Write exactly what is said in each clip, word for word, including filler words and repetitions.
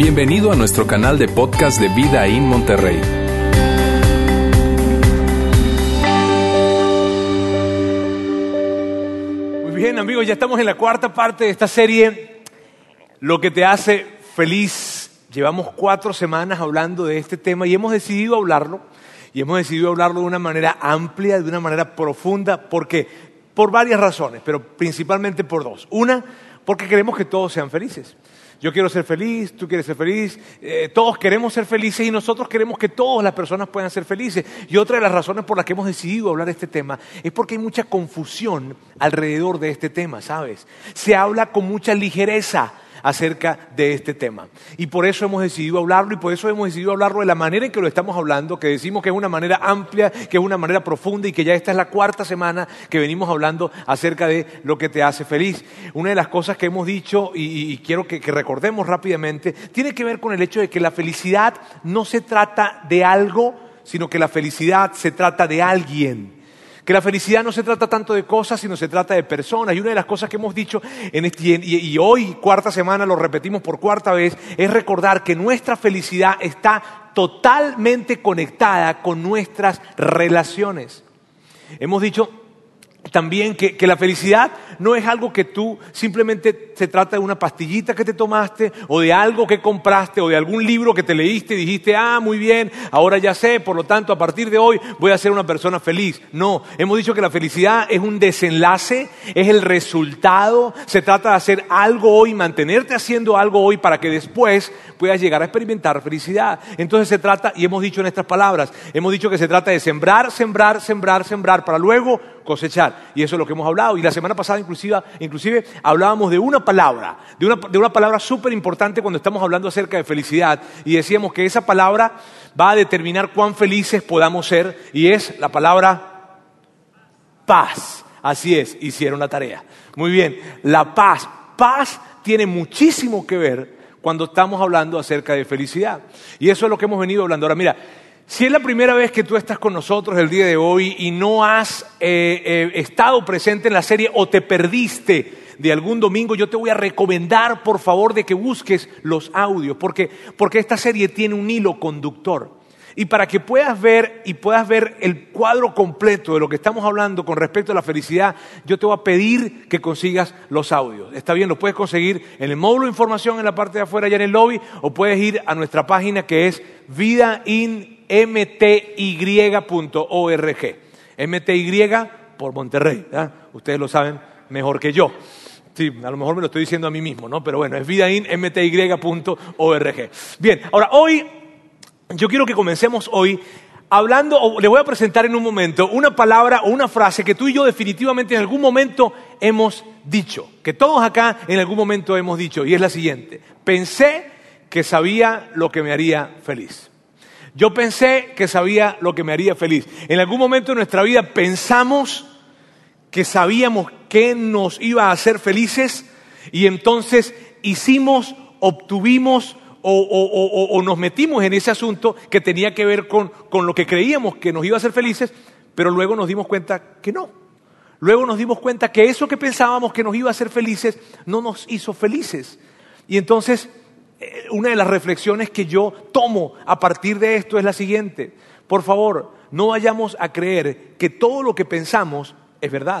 Bienvenido a nuestro canal de podcast de Vida in Monterrey. Muy bien, amigos, ya estamos en la cuarta parte de esta serie, Lo que te hace feliz. Llevamos cuatro semanas hablando de este tema y hemos decidido hablarlo, y hemos decidido hablarlo de una manera amplia, de una manera profunda, porque por varias razones, pero principalmente por dos. Una, porque queremos que todos sean felices. Yo quiero ser feliz, tú quieres ser feliz, eh, todos queremos ser felices y nosotros queremos que todas las personas puedan ser felices. Y otra de las razones por las que hemos decidido hablar de este tema es porque hay mucha confusión alrededor de este tema, ¿sabes? Se habla con mucha ligereza acerca de este tema. Y por eso hemos decidido hablarlo y por eso hemos decidido hablarlo de la manera en que lo estamos hablando, que decimos que es una manera amplia, que es una manera profunda y que ya esta es la cuarta semana que venimos hablando acerca de lo que te hace feliz. Una de las cosas que hemos dicho y, y quiero que, que recordemos rápidamente tiene que ver con el hecho de que la felicidad no se trata de algo, sino que la felicidad se trata de alguien. Que la felicidad no se trata tanto de cosas, sino se trata de personas. Y una de las cosas que hemos dicho, en este, y, y hoy, cuarta semana, lo repetimos por cuarta vez, es recordar que nuestra felicidad está totalmente conectada con nuestras relaciones. Hemos dicho también que, que la felicidad no es algo que tú simplemente se trata de una pastillita que te tomaste o de algo que compraste o de algún libro que te leíste y dijiste, ah, muy bien, ahora ya sé, por lo tanto a partir de hoy voy a ser una persona feliz. No, hemos dicho que la felicidad es un desenlace, es el resultado, se trata de hacer algo hoy, mantenerte haciendo algo hoy para que después puedas llegar a experimentar felicidad. Entonces se trata, y hemos dicho en estas palabras, hemos dicho que se trata de sembrar, sembrar, sembrar, sembrar para luego cosechar. Y eso es lo que hemos hablado. Y la semana pasada inclusive, inclusive hablábamos de una palabra, de una, de una palabra súper importante cuando estamos hablando acerca de felicidad. Y decíamos que esa palabra va a determinar cuán felices podamos ser. Y es la palabra paz. Así es, hicieron la tarea. Muy bien, la paz. Paz tiene muchísimo que ver cuando estamos hablando acerca de felicidad. Y eso es lo que hemos venido hablando. Ahora, mira, si es la primera vez que tú estás con nosotros el día de hoy y no has eh, eh, estado presente en la serie o te perdiste de algún domingo, yo te voy a recomendar, por favor, de que busques los audios, porque, porque esta serie tiene un hilo conductor. Y para que puedas ver y puedas ver el cuadro completo de lo que estamos hablando con respecto a la felicidad, yo te voy a pedir que consigas los audios. Está bien, los puedes conseguir en el módulo de información en la parte de afuera, allá en el lobby, o puedes ir a nuestra página que es vida in m t y punto org. M T Y por Monterrey, ¿verdad? Ustedes lo saben mejor que yo. Sí, a lo mejor me lo estoy diciendo a mí mismo, ¿no? Pero bueno, es vida in m t y punto org. Bien, ahora hoy, yo quiero que comencemos hoy hablando, o le voy a presentar en un momento una palabra o una frase que tú y yo definitivamente en algún momento hemos dicho, que todos acá en algún momento hemos dicho, y es la siguiente: pensé que sabía lo que me haría feliz. Yo pensé que sabía lo que me haría feliz. En algún momento de nuestra vida pensamos que sabíamos qué nos iba a hacer felices y entonces hicimos, obtuvimos o, o, o, o nos metimos en ese asunto que tenía que ver con, con lo que creíamos que nos iba a hacer felices, pero luego nos dimos cuenta que no. Luego nos dimos cuenta que eso que pensábamos que nos iba a hacer felices no nos hizo felices. Y entonces una de las reflexiones que yo tomo a partir de esto es la siguiente: por favor, no vayamos a creer que todo lo que pensamos es verdad.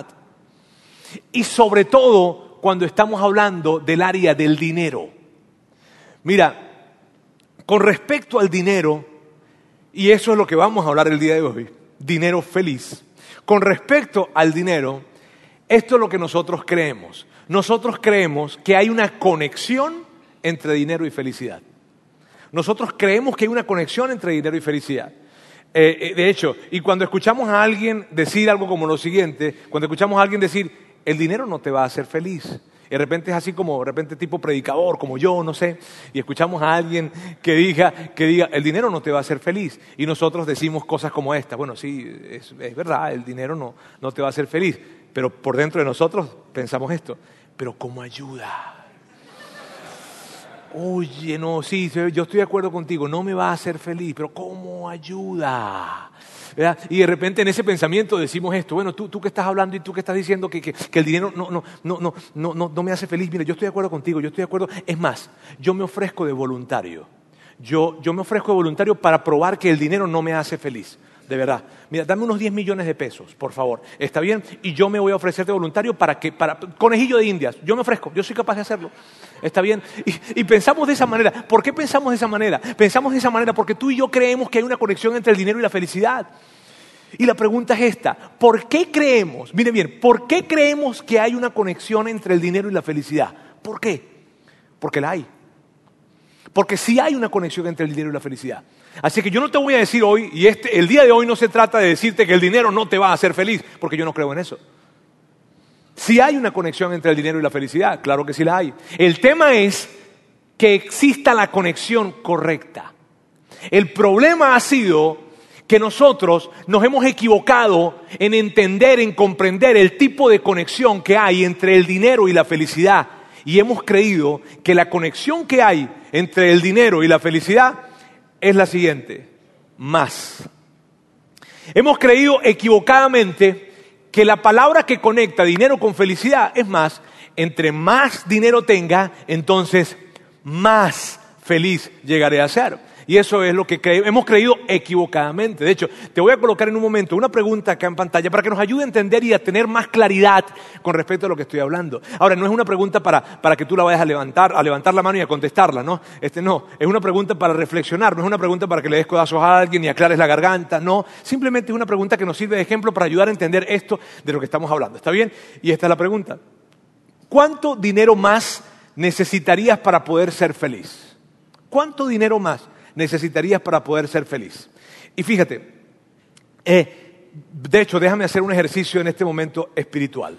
Y sobre todo cuando estamos hablando del área del dinero. Mira, con respecto al dinero, y eso es lo que vamos a hablar el día de hoy, dinero feliz. Con respecto al dinero, esto es lo que nosotros creemos. Nosotros creemos que hay una conexión entre dinero y felicidad. Nosotros creemos que hay una conexión entre dinero y felicidad. Eh, eh, de hecho, y cuando escuchamos a alguien decir algo como lo siguiente, cuando escuchamos a alguien decir, el dinero no te va a hacer feliz, y de repente es así como, de repente tipo predicador, como yo, no sé, y escuchamos a alguien que diga, que diga, el dinero no te va a hacer feliz, y nosotros decimos cosas como esta. Bueno, sí, es, es verdad, el dinero no, no te va a hacer feliz, pero por dentro de nosotros pensamos esto, pero ¿cómo ayuda? Oye, no, sí, yo estoy de acuerdo contigo, no me va a hacer feliz, pero ¿cómo ayuda? ¿verdad? Y de repente en ese pensamiento decimos esto, bueno, tú, tú que estás hablando y tú que estás diciendo que, que, que el dinero no, no, no, no, no, no, no me hace feliz. Mira, yo estoy de acuerdo contigo, yo estoy de acuerdo. Es más, yo me ofrezco de voluntario. Yo, yo me ofrezco de voluntario para probar que el dinero no me hace feliz. De verdad. Mira, dame unos diez millones de pesos, por favor. ¿Está bien? Y yo me voy a ofrecer de voluntario para que, para, conejillo de indias. Yo me ofrezco, yo soy capaz de hacerlo. ¿Está bien? Y, y pensamos de esa manera. ¿Por qué pensamos de esa manera? Pensamos de esa manera porque tú y yo creemos que hay una conexión entre el dinero y la felicidad. Y la pregunta es esta. ¿Por qué creemos? Mire bien, ¿por qué creemos que hay una conexión entre el dinero y la felicidad? ¿Por qué? Porque la hay. Porque sí hay una conexión entre el dinero y la felicidad. Así que yo no te voy a decir hoy, y este, el día de hoy no se trata de decirte que el dinero no te va a hacer feliz, porque yo no creo en eso. Sí hay una conexión entre el dinero y la felicidad, claro que sí la hay. El tema es que exista la conexión correcta. El problema ha sido que nosotros nos hemos equivocado en entender, en comprender el tipo de conexión que hay entre el dinero y la felicidad. Y hemos creído que la conexión que hay entre el dinero y la felicidad es la siguiente: más. Hemos creído equivocadamente que la palabra que conecta dinero con felicidad es más. Entre más dinero tenga, entonces más feliz llegaré a ser. Y eso es lo que cre- hemos creído equivocadamente. De hecho, te voy a colocar en un momento una pregunta acá en pantalla para que nos ayude a entender y a tener más claridad con respecto a lo que estoy hablando. Ahora, no es una pregunta para, para que tú la vayas a levantar, a levantar la mano y a contestarla, ¿no? Este, no, es una pregunta para reflexionar, no es una pregunta para que le des codazos a alguien y aclares la garganta, no. Simplemente es una pregunta que nos sirve de ejemplo para ayudar a entender esto de lo que estamos hablando. ¿Está bien? Y esta es la pregunta. ¿Cuánto dinero más necesitarías para poder ser feliz? ¿Cuánto dinero más necesitarías para poder ser feliz? Y fíjate, eh, de hecho, déjame hacer un ejercicio en este momento espiritual.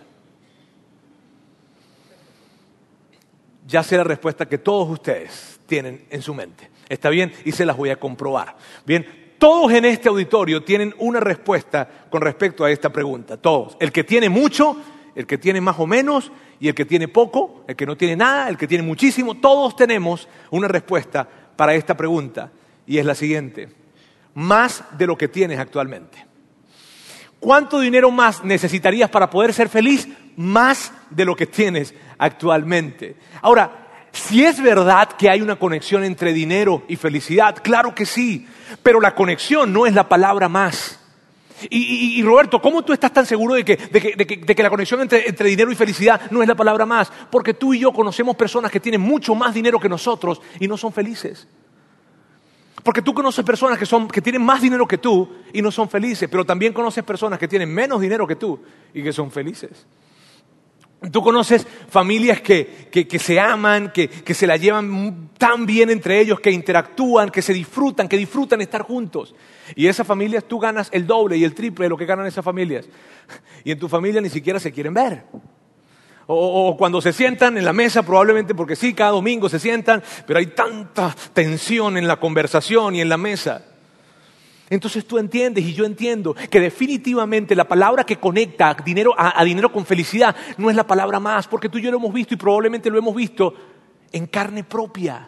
Ya sé la respuesta que todos ustedes tienen en su mente. ¿Está bien? Y se las voy a comprobar. Bien, todos en este auditorio tienen una respuesta con respecto a esta pregunta. Todos. El que tiene mucho, el que tiene más o menos, y el que tiene poco, el que no tiene nada, el que tiene muchísimo. Todos tenemos una respuesta para esta pregunta, y es la siguiente: más de lo que tienes actualmente. ¿Cuánto dinero más necesitarías para poder ser feliz? Más de lo que tienes actualmente. Ahora, si es verdad que hay una conexión entre dinero y felicidad, claro que sí, pero la conexión no es la palabra más. Y, y, y Roberto, ¿cómo tú estás tan seguro de que, de que, de que, de que la conexión entre, entre dinero y felicidad no es la palabra más? Porque tú y yo conocemos personas que tienen mucho más dinero que nosotros y no son felices. Porque tú conoces personas que, son, que tienen más dinero que tú y no son felices, pero también conoces personas que tienen menos dinero que tú y que son felices. Tú conoces familias que, que, que se aman, que, que se la llevan tan bien entre ellos, que interactúan, que se disfrutan, que disfrutan estar juntos. Y esas familias tú ganas el doble y el triple de lo que ganan esas familias. Y en tu familia ni siquiera se quieren ver. O, o cuando se sientan en la mesa, probablemente porque sí, cada domingo se sientan, pero hay tanta tensión en la conversación y en la mesa. Entonces tú entiendes y yo entiendo que definitivamente la palabra que conecta dinero a, a dinero con felicidad no es la palabra más, porque tú y yo lo hemos visto y probablemente lo hemos visto en carne propia.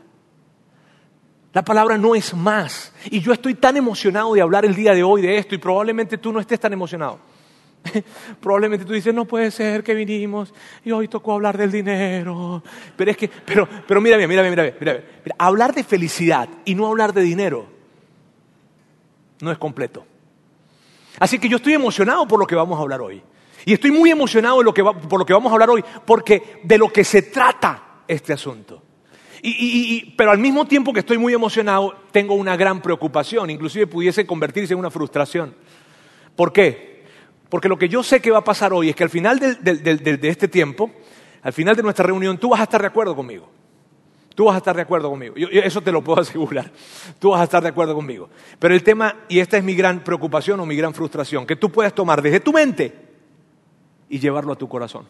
La palabra no es más. Y yo estoy tan emocionado de hablar el día de hoy de esto y probablemente tú no estés tan emocionado. Probablemente tú dices, no puede ser que vinimos y hoy tocó hablar del dinero. Pero es que, pero, pero mira bien, mira bien, mira bien, mira bien. Mira, hablar de felicidad y no hablar de dinero no es completo. Así que yo estoy emocionado por lo que vamos a hablar hoy. Y estoy muy emocionado de lo que va, por lo que vamos a hablar hoy, porque de lo que se trata este asunto. Y, y, y, pero al mismo tiempo que estoy muy emocionado, tengo una gran preocupación, inclusive pudiese convertirse en una frustración. ¿Por qué? Porque lo que yo sé que va a pasar hoy es que al final de, de, de, de, de este tiempo, al final de nuestra reunión, tú vas a estar de acuerdo conmigo. Tú vas a estar de acuerdo conmigo. Yo, yo eso te lo puedo asegurar. Tú vas a estar de acuerdo conmigo. Pero el tema, y esta es mi gran preocupación o mi gran frustración, que tú puedas tomar desde tu mente y llevarlo a tu corazón.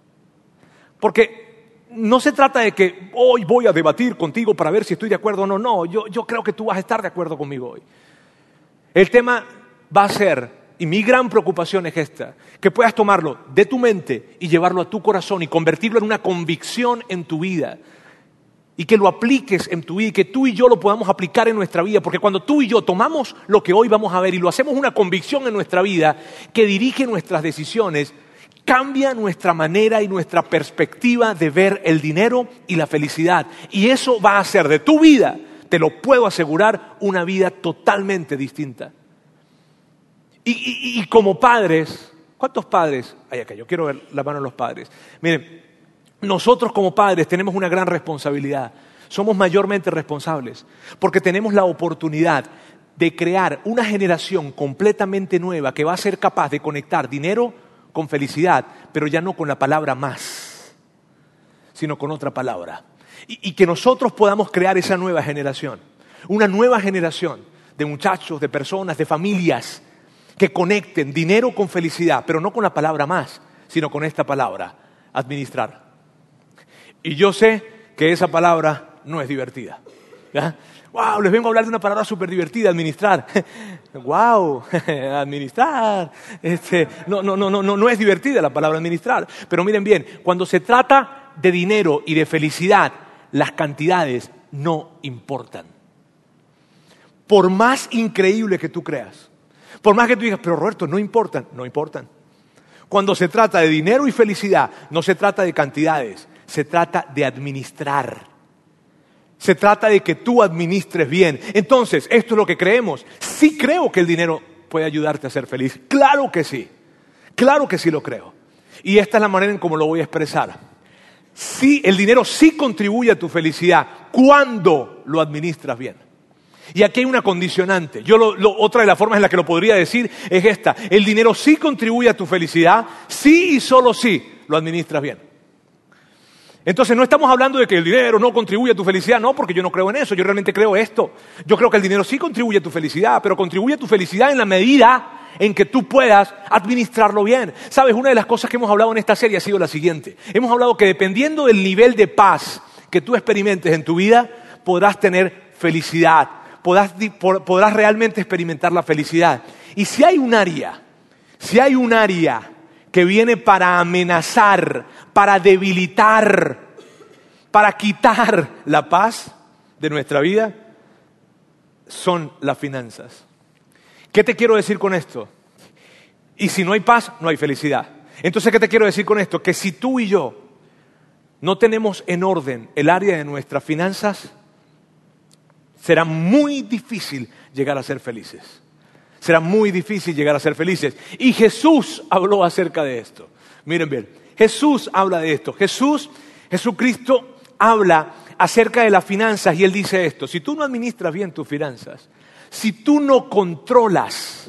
Porque no se trata de que hoy voy a debatir contigo para ver si estoy de acuerdo o no. No, yo, yo creo que tú vas a estar de acuerdo conmigo hoy. El tema va a ser, y mi gran preocupación es esta, que puedas tomarlo de tu mente y llevarlo a tu corazón y convertirlo en una convicción en tu vida. y que lo apliques en tu vida y que tú y yo lo podamos aplicar en nuestra vida, porque cuando tú y yo tomamos lo que hoy vamos a ver y lo hacemos una convicción en nuestra vida que dirige nuestras decisiones, cambia nuestra manera y nuestra perspectiva de ver el dinero y la felicidad. Y eso va a hacer de tu vida, te lo puedo asegurar, una vida totalmente distinta. Y, y, y como padres, ¿cuántos padres hay acá? Yo quiero ver la mano de los padres. Miren, nosotros como padres tenemos una gran responsabilidad. Somos mayormente responsables porque tenemos la oportunidad de crear una generación completamente nueva que va a ser capaz de conectar dinero con felicidad, pero ya no con la palabra más, sino con otra palabra. Y, y que nosotros podamos crear esa nueva generación, una nueva generación de muchachos, de personas, de familias que conecten dinero con felicidad, pero no con la palabra más, sino con esta palabra, administrar. Y yo sé que esa palabra no es divertida. ¿Ya? ¡Wow! Les vengo a hablar de una palabra súper divertida, administrar. ¡Wow! Administrar. Este, no, no, no, no, no es divertida la palabra administrar. Pero miren bien, cuando se trata de dinero y de felicidad, las cantidades no importan. Por más increíble que tú creas, por más que tú digas, pero Roberto, no importan, no importan. Cuando se trata de dinero y felicidad, no se trata de cantidades. Se trata de administrar. Se trata de que tú administres bien. Entonces, esto es lo que creemos. Sí creo que el dinero puede ayudarte a ser feliz. Claro que sí. Claro que sí lo creo. Y esta es la manera en cómo lo voy a expresar. Sí, el dinero sí contribuye a tu felicidad cuando lo administras bien. Y aquí hay una condicionante. Yo lo, lo, otra de las formas en las que lo podría decir es esta. El dinero sí contribuye a tu felicidad, sí y solo sí lo administras bien. Entonces no estamos hablando de que el dinero no contribuye a tu felicidad, no, porque yo no creo en eso, yo realmente creo esto. Yo creo que el dinero sí contribuye a tu felicidad, pero contribuye a tu felicidad en la medida en que tú puedas administrarlo bien. ¿Sabes? Una de las cosas que hemos hablado en esta serie ha sido la siguiente. Hemos hablado que dependiendo del nivel de paz que tú experimentes en tu vida, podrás tener felicidad, podrás, podrás realmente experimentar la felicidad. Y si hay un área, si hay un área que viene para amenazar, para debilitar, para quitar la paz de nuestra vida, son las finanzas. ¿Qué te quiero decir con esto? Y si no hay paz, no hay felicidad. Entonces, ¿qué te quiero decir con esto? Que si tú y yo no tenemos en orden el área de nuestras finanzas, será muy difícil llegar a ser felices. Será muy difícil llegar a ser felices. Y Jesús habló acerca de esto. Miren bien, Jesús habla de esto. Jesús, Jesucristo habla acerca de las finanzas y Él dice esto. Si tú no administras bien tus finanzas, si tú no controlas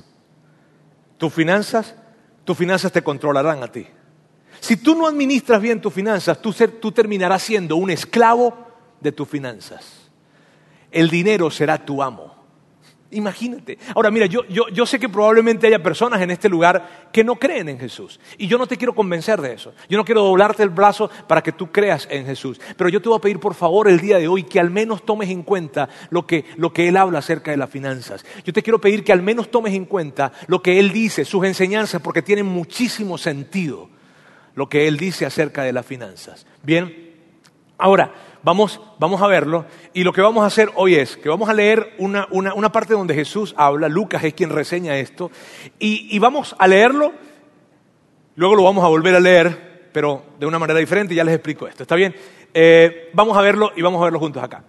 tus finanzas, tus finanzas te controlarán a ti. Si tú no administras bien tus finanzas, tú, ser, tú terminarás siendo un esclavo de tus finanzas. El dinero será tu amo. Imagínate. Ahora mira, yo, yo, yo sé que probablemente haya personas en este lugar que no creen en Jesús. Y yo no te quiero convencer de eso. Yo no quiero doblarte el brazo para que tú creas en Jesús. Pero yo te voy a pedir por favor el día de hoy que al menos tomes en cuenta lo que, lo que Él habla acerca de las finanzas. Yo te quiero pedir que al menos tomes en cuenta lo que Él dice, sus enseñanzas, porque tienen muchísimo sentido lo que Él dice acerca de las finanzas. Bien, ahora Vamos, vamos a verlo y lo que vamos a hacer hoy es que vamos a leer una, una, una parte donde Jesús habla, Lucas es quien reseña esto, y, y vamos a leerlo, luego lo vamos a volver a leer, pero de una manera diferente, y ya les explico esto, ¿está bien? Eh, vamos a verlo y vamos a verlo juntos acá.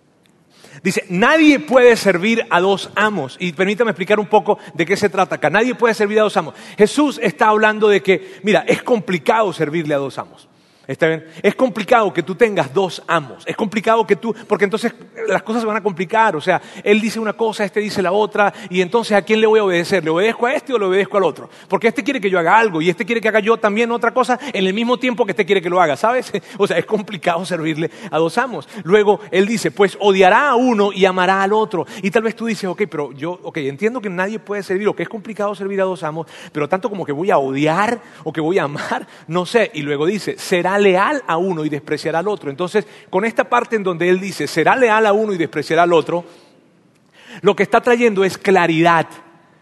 Dice, nadie puede servir a dos amos, y permítame explicar un poco de qué se trata acá, nadie puede servir a dos amos. Jesús está hablando de que, mira, es complicado servirle a dos amos. ¿Está bien? Es complicado que tú tengas dos amos. Es complicado que tú, porque entonces las cosas se van a complicar. O sea, él dice una cosa, este dice la otra, y entonces ¿a quién le voy a obedecer? ¿Le obedezco a este o le obedezco al otro? Porque este quiere que yo haga algo y este quiere que haga yo también otra cosa en el mismo tiempo que este quiere que lo haga, ¿sabes? O sea, es complicado servirle a dos amos. Luego él dice, pues odiará a uno y amará al otro. Y tal vez tú dices, ok, pero yo, ok, entiendo que nadie puede servir, o que es complicado servir a dos amos, pero tanto como que voy a odiar o que voy a amar, no sé. Y luego dice, será leal a uno y despreciará al otro. Entonces, con esta parte en donde él dice, será leal a uno y despreciará al otro, lo que está trayendo es claridad.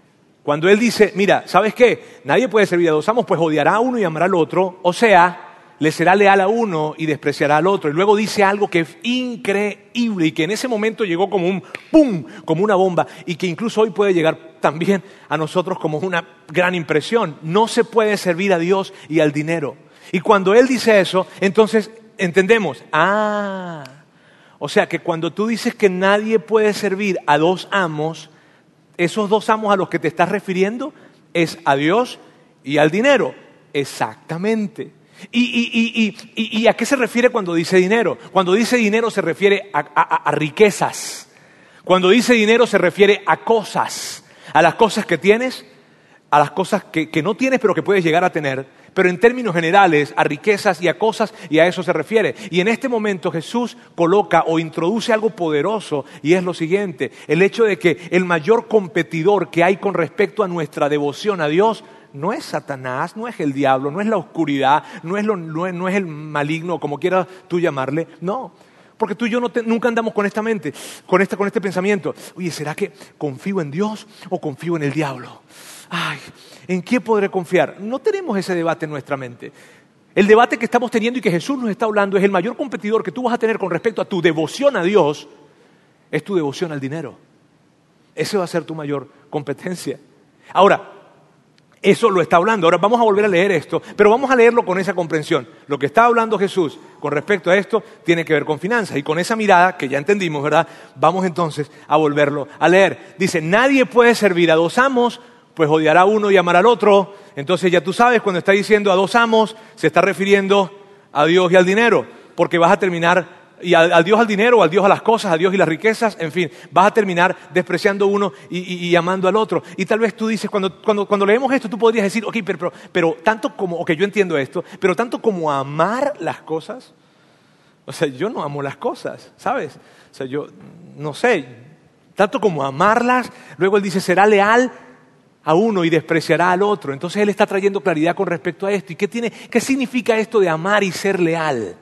Cuando él dice, mira, ¿sabes qué? Nadie puede servir a dos amos, pues odiará a uno y amará al otro. O sea, le será leal a uno y despreciará al otro. Y luego dice algo que es increíble y que en ese momento llegó como un ¡pum!, como una bomba, y que incluso hoy puede llegar también a nosotros como una gran impresión. No se puede servir a Dios y al dinero. Y cuando Él dice eso, entonces entendemos, ah, o sea que cuando tú dices que nadie puede servir a dos amos, esos dos amos a los que te estás refiriendo es a Dios y al dinero. Exactamente. ¿Y, y, y, y, y a qué se refiere cuando dice dinero? Cuando dice dinero se refiere a, a, a riquezas. Cuando dice dinero se refiere a cosas, a las cosas que tienes, a las cosas que, que no tienes pero que puedes llegar a tener, pero en términos generales a riquezas y a cosas, y a eso se refiere. Y en este momento Jesús coloca o introduce algo poderoso, y es lo siguiente: el hecho de que el mayor competidor que hay con respecto a nuestra devoción a Dios no es Satanás, no es el diablo, no es la oscuridad, no es, lo, no es, no es el maligno, como quieras tú llamarle, no. Porque tú y yo no te, nunca andamos con esta mente, con, esta, con este pensamiento. Oye, ¿será que confío en Dios o confío en el diablo? Ay, ¿en qué podré confiar? No tenemos ese debate en nuestra mente. El debate que estamos teniendo y que Jesús nos está hablando es el mayor competidor que tú vas a tener con respecto a tu devoción a Dios, es tu devoción al dinero. Ese va a ser tu mayor competencia. Ahora, eso lo está hablando. Ahora vamos a volver a leer esto, pero vamos a leerlo con esa comprensión. Lo que está hablando Jesús con respecto a esto tiene que ver con finanzas. Y con esa mirada, que ya entendimos, ¿verdad? Vamos entonces a volverlo a leer. Dice, nadie puede servir a dos amos, pues odiará a uno y amará al otro. Entonces ya tú sabes, cuando está diciendo a dos amos, se está refiriendo a Dios y al dinero, porque vas a terminar... y al, al Dios al dinero, o al Dios a las cosas, a Dios y las riquezas, en fin, vas a terminar despreciando uno y, y, y amando al otro. Y tal vez tú dices, cuando, cuando, cuando leemos esto, tú podrías decir, ok, pero, pero, pero tanto como, ok, yo entiendo esto, pero tanto como amar las cosas, o sea, yo no amo las cosas, ¿sabes? O sea, yo, no sé, tanto como amarlas, luego él dice, será leal a uno y despreciará al otro. Entonces él está trayendo claridad con respecto a esto. ¿Y qué tiene, qué significa esto de amar y ser leal?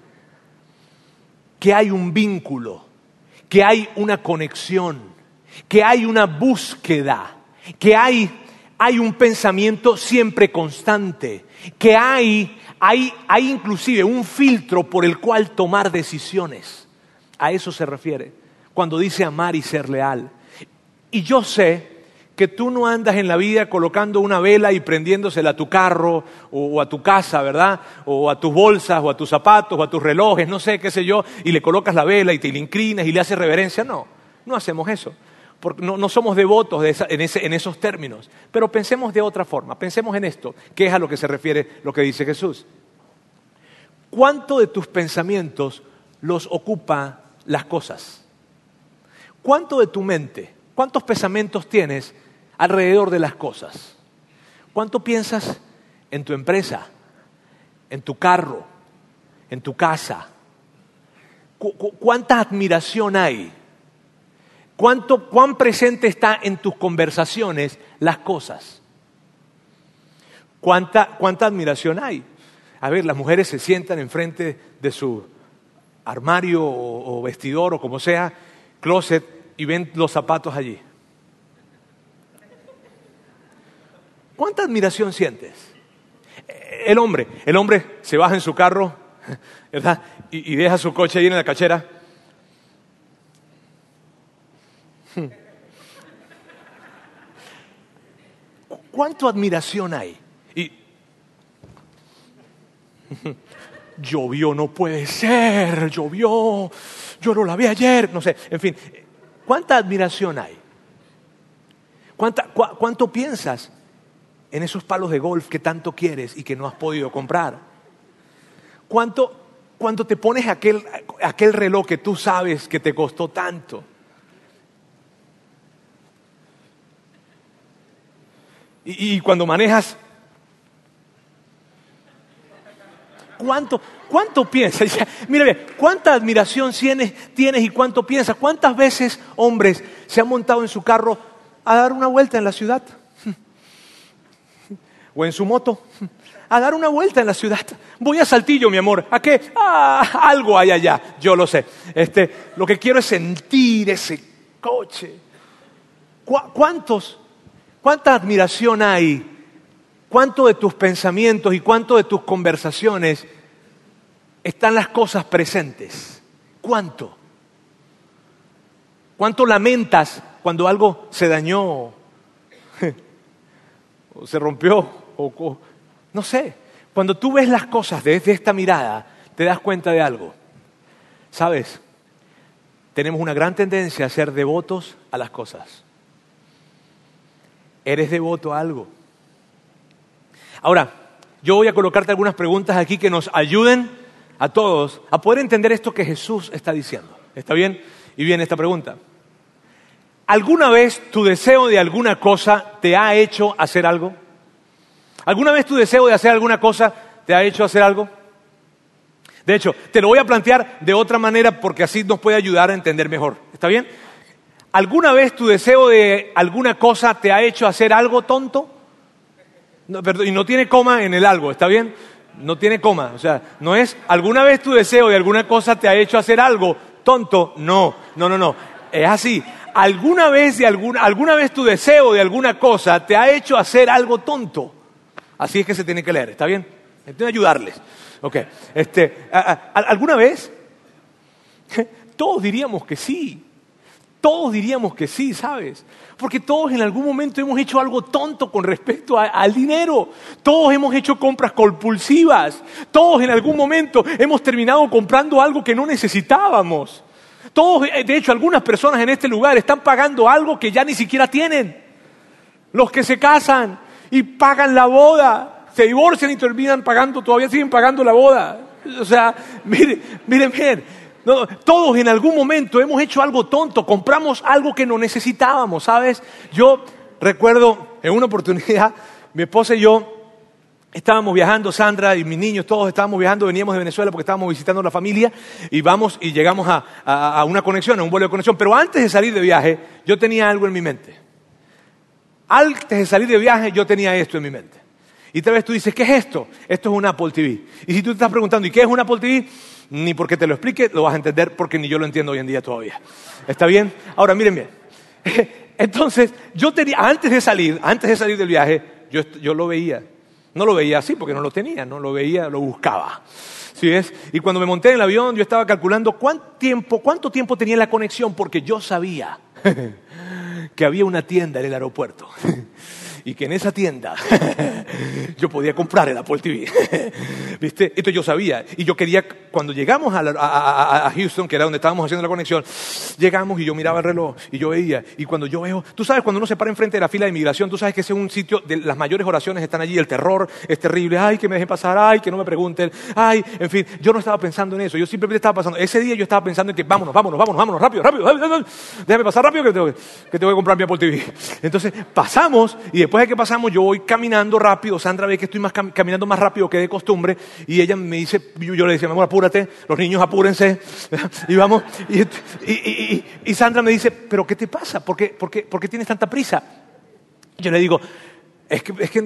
Que hay un vínculo, que hay una conexión, que hay una búsqueda, que hay, hay un pensamiento siempre constante, que hay, hay, hay inclusive un filtro por el cual tomar decisiones. A eso se refiere cuando dice amar y ser leal. Y yo sé que tú no andas en la vida colocando una vela y prendiéndosela a tu carro o a tu casa, ¿verdad? O a tus bolsas, o a tus zapatos, o a tus relojes, no sé, qué sé yo, y le colocas la vela y te le inclinas y le haces reverencia. No, no hacemos eso, porque no, no somos devotos de esa, en, ese, en esos términos. Pero pensemos de otra forma, pensemos en esto, que es a lo que se refiere lo que dice Jesús. ¿Cuánto de tus pensamientos los ocupa las cosas? ¿Cuánto de tu mente, cuántos pensamientos tienes alrededor de las cosas? ¿Cuánto piensas en tu empresa, en tu carro, en tu casa? ¿Cu- cu- ¿Cuánta admiración hay? ¿Cuánto, ¿Cuán presente está en tus conversaciones las cosas? ¿Cuánta, cuánta admiración hay? A ver, las mujeres se sientan enfrente de su armario o, o vestidor o como sea, closet, y ven los zapatos allí. ¿Cuánta admiración sientes? El hombre, el hombre se baja en su carro, ¿verdad? Y, y deja su coche ahí en la cachera. ¿Cuánta admiración hay? Y llovió, no puede ser, llovió, yo lo lavé ayer, no sé, en fin, ¿cuánta admiración hay? ¿Cuánta, cu- ¿Cuánto piensas en esos palos de golf que tanto quieres y que no has podido comprar? ¿Cuánto, cuánto te pones aquel, aquel reloj que tú sabes que te costó tanto? Y, y cuando manejas, ¿cuánto, cuánto piensas? Mira bien, ¿cuánta admiración tienes, tienes y cuánto piensas? ¿Cuántas veces hombres se han montado en su carro a dar una vuelta en la ciudad? O en su moto, a dar una vuelta en la ciudad. Voy a Saltillo, mi amor. ¿A qué? Ah, algo hay allá, yo lo sé. Este, lo que quiero es sentir ese coche. ¿Cu- ¿Cuántos, cuánta admiración hay? ¿Cuánto de tus pensamientos y cuánto de tus conversaciones están las cosas presentes? ¿Cuánto? ¿Cuánto lamentas cuando algo se dañó o se rompió? O, o, no sé. Cuando tú ves las cosas desde esta mirada, te das cuenta de algo. ¿Sabes? Tenemos una gran tendencia a ser devotos a las cosas. ¿Eres devoto a algo? Ahora, yo voy a colocarte algunas preguntas aquí que nos ayuden a todos a poder entender esto que Jesús está diciendo. ¿Está bien? Y viene esta pregunta. ¿Alguna vez tu deseo de alguna cosa te ha hecho hacer algo? ¿Alguna vez tu deseo de hacer alguna cosa te ha hecho hacer algo? De hecho, te lo voy a plantear de otra manera porque así nos puede ayudar a entender mejor. ¿Está bien? ¿Alguna vez tu deseo de alguna cosa te ha hecho hacer algo tonto? No, perdón, y no tiene coma en el algo, ¿está bien? No tiene coma, o sea, no es ¿alguna vez tu deseo de alguna cosa te ha hecho hacer algo tonto? No, no, no, no, es así. ¿Alguna vez, de alguna, ¿Alguna vez tu deseo de alguna cosa te ha hecho hacer algo tonto? Así es que se tiene que leer, ¿está bien? Tengo que ayudarles. Ok, este, ¿a, a, ¿alguna vez? Todos diríamos que sí. Todos diríamos que sí, ¿sabes? Porque todos en algún momento hemos hecho algo tonto con respecto a, al dinero. Todos hemos hecho compras compulsivas. Todos en algún momento hemos terminado comprando algo que no necesitábamos. Todos, de hecho, algunas personas en este lugar están pagando algo que ya ni siquiera tienen. Los que se casan y pagan la boda, se divorcian y terminan pagando, todavía siguen pagando la boda. O sea, miren, miren bien. No, todos en algún momento hemos hecho algo tonto, compramos algo que no necesitábamos, ¿sabes? Yo recuerdo en una oportunidad, mi esposa y yo estábamos viajando, Sandra y mis niños, todos estábamos viajando, veníamos de Venezuela porque estábamos visitando a la familia y vamos y llegamos a, a, a una conexión, a un vuelo de conexión. Pero antes de salir de viaje, yo tenía algo en mi mente. Antes de salir de viaje, yo tenía esto en mi mente. Y tal vez tú dices, ¿qué es esto? Esto es un Apple T V. Y si tú te estás preguntando, ¿y qué es un Apple T V? Ni porque te lo explique, lo vas a entender porque ni yo lo entiendo hoy en día todavía. ¿Está bien? Ahora, miren bien. Entonces, yo tenía, antes de salir, antes de salir del viaje, yo, yo lo veía. No lo veía así porque no lo tenía, no lo veía, lo buscaba. ¿Sí ves? Y cuando me monté en el avión, yo estaba calculando cuánto tiempo, cuánto tiempo tenía la conexión porque yo sabía que había una tienda en el aeropuerto. Y que en esa tienda yo podía comprar el Apple T V. ¿Viste? Esto yo sabía. Y yo quería, cuando llegamos a, la, a, a Houston, que era donde estábamos haciendo la conexión, llegamos y yo miraba el reloj y yo veía. Y cuando yo veo, tú sabes, cuando uno se para enfrente de la fila de inmigración, tú sabes que ese es un sitio de las mayores oraciones están allí. El terror es terrible. Ay, que me dejen pasar. Ay, que no me pregunten. Ay, en fin, yo no estaba pensando en eso. Yo simplemente estaba pasando. Ese día yo estaba pensando en que vámonos, vámonos, vámonos, vámonos, rápido, rápido. Déjame pasar rápido que tengo que, que, tengo que comprar mi Apple T V. Entonces pasamos y después de que pasamos, yo voy caminando rápido. Sandra ve que estoy más cam- caminando más rápido que de costumbre. Y ella me dice, yo, yo le decía, mi amor, apúrate, los niños apúrense. Y vamos. Y, y, y, y, y Sandra me dice, ¿pero qué te pasa? ¿Por qué, por qué, por qué tienes tanta prisa? Yo le digo, es que, es que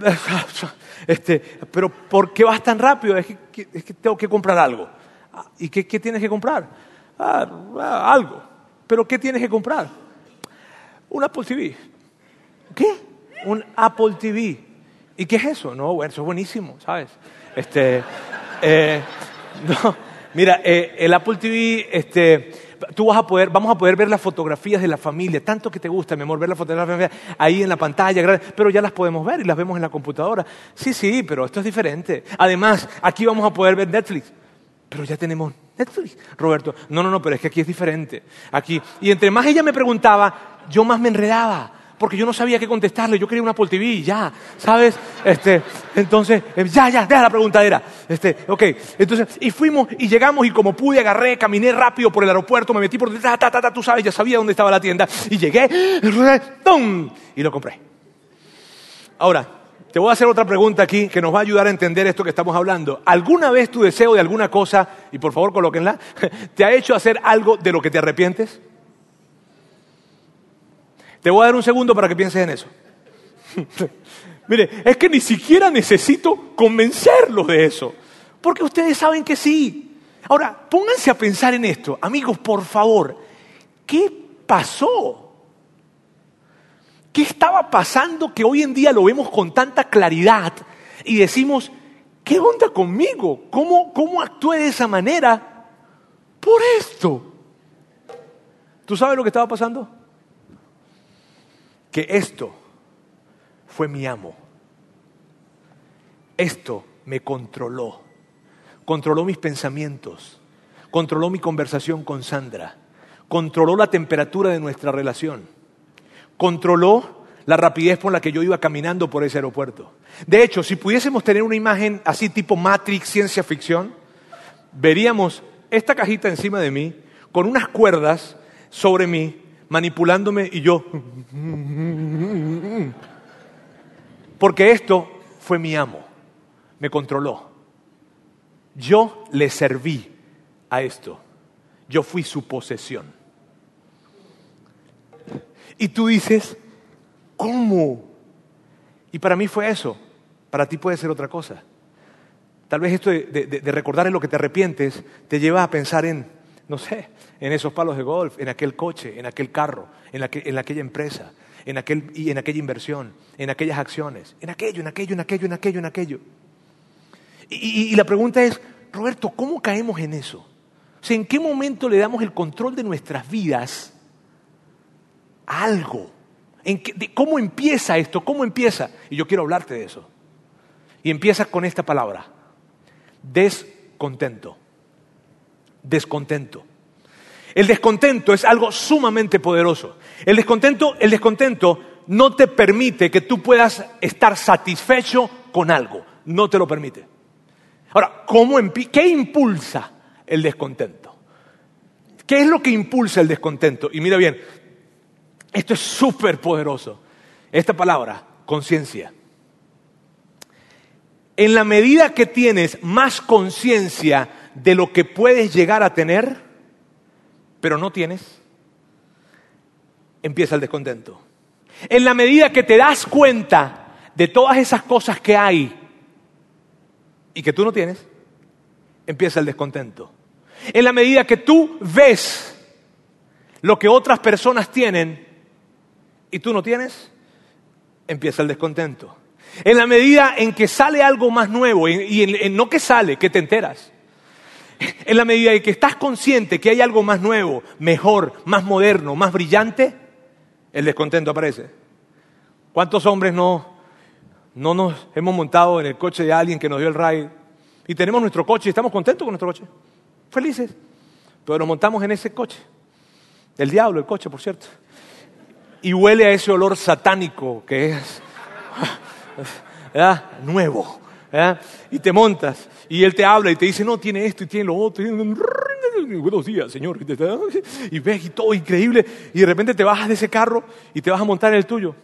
este, pero ¿por qué vas tan rápido? Es que, es que tengo que comprar algo. ¿Y qué, qué tienes que comprar? Ah, ah, algo. ¿Pero qué tienes que comprar? Un Apple T V. ¿Qué? Un Apple T V. ¿Y qué es eso? No, bueno, eso es buenísimo, ¿sabes? Este, eh, no, mira, eh, el Apple T V, este, tú vas a poder, vamos a poder ver las fotografías de la familia, tanto que te gusta, mi amor, ver las fotografías ahí en la pantalla, pero ya las podemos ver y las vemos en la computadora. Sí, sí, pero esto es diferente. Además, aquí vamos a poder ver Netflix. Pero ya tenemos Netflix, Roberto. No, no, no, pero es que aquí es diferente. Aquí. Y entre más ella me preguntaba, yo más me enredaba. Porque yo no sabía qué contestarle. Yo quería una Apple T V, ya, ¿sabes? Este, entonces, ya, ya, deja la preguntadera. Este, ok. Entonces, y fuimos y llegamos y como pude agarré, caminé rápido por el aeropuerto, me metí por ta, ta, ta, ta, tú sabes, ya sabía dónde estaba la tienda. Y llegué, ¡tum! Y lo compré. Ahora, te voy a hacer otra pregunta aquí que nos va a ayudar a entender esto que estamos hablando. ¿Alguna vez tu deseo de alguna cosa, y por favor colóquenla, te ha hecho hacer algo de lo que te arrepientes? Te voy a dar un segundo para que pienses en eso. Mire, es que ni siquiera necesito convencerlos de eso, porque ustedes saben que sí. Ahora, pónganse a pensar en esto. Amigos, por favor, ¿qué pasó? ¿Qué estaba pasando que hoy en día lo vemos con tanta claridad y decimos, ¿qué onda conmigo? ¿Cómo, cómo actué de esa manera por esto? ¿Tú sabes lo que estaba pasando? Que esto fue mi amo. Esto me controló. Controló mis pensamientos. Controló mi conversación con Sandra. Controló la temperatura de nuestra relación. Controló la rapidez por la que yo iba caminando por ese aeropuerto. De hecho, si pudiésemos tener una imagen así tipo Matrix, ciencia ficción, veríamos esta cajita encima de mí, con unas cuerdas sobre mí, manipulándome y yo... Porque esto fue mi amo, me controló. Yo le serví a esto. Yo fui su posesión. Y tú dices, ¿cómo? Y para mí fue eso. Para ti puede ser otra cosa. Tal vez esto de, de, de recordar en lo que te arrepientes te lleva a pensar en, no sé, en esos palos de golf, en aquel coche, en aquel carro, en, aquel, en aquella empresa, en, aquel, y en aquella inversión, en aquellas acciones, en aquello, en aquello, en aquello, en aquello, en aquello. Y, y, y la pregunta es, Roberto, ¿cómo caemos en eso? O sea, ¿en qué momento le damos el control de nuestras vidas a algo? ¿En qué, de, ¿Cómo empieza esto? ¿Cómo empieza? Y yo quiero hablarte de eso. Y empieza con esta palabra. Descontento. Descontento. El descontento es algo sumamente poderoso. El descontento, el descontento no te permite que tú puedas estar satisfecho con algo. No te lo permite. Ahora, ¿cómo empi- ¿qué impulsa el descontento? ¿Qué es lo que impulsa el descontento? Y mira bien, esto es súper poderoso. Esta palabra, conciencia. En la medida que tienes más conciencia de lo que puedes llegar a tener, pero no tienes, empieza el descontento. En la medida que te das cuenta de todas esas cosas que hay y que tú no tienes, empieza el descontento. En la medida que tú ves lo que otras personas tienen y tú no tienes, empieza el descontento. En la medida en que sale algo más nuevo, y, y en, en no que sale, que te enteras. En la medida en que estás consciente que hay algo más nuevo, mejor, más moderno, más brillante, el descontento aparece. ¿Cuántos hombres no, no nos hemos montado en el coche de alguien que nos dio el ride y tenemos nuestro coche y estamos contentos con nuestro coche? Felices. Pero nos montamos en ese coche. Del diablo el coche, por cierto. Y huele a ese olor satánico que es... ¿verdad? Nuevo, ¿verdad? Y te montas y él te habla y te dice, no, tiene esto y tiene lo otro. Buenos días, señor. Y ves y todo increíble y de repente te bajas de ese carro y te vas a montar en el tuyo.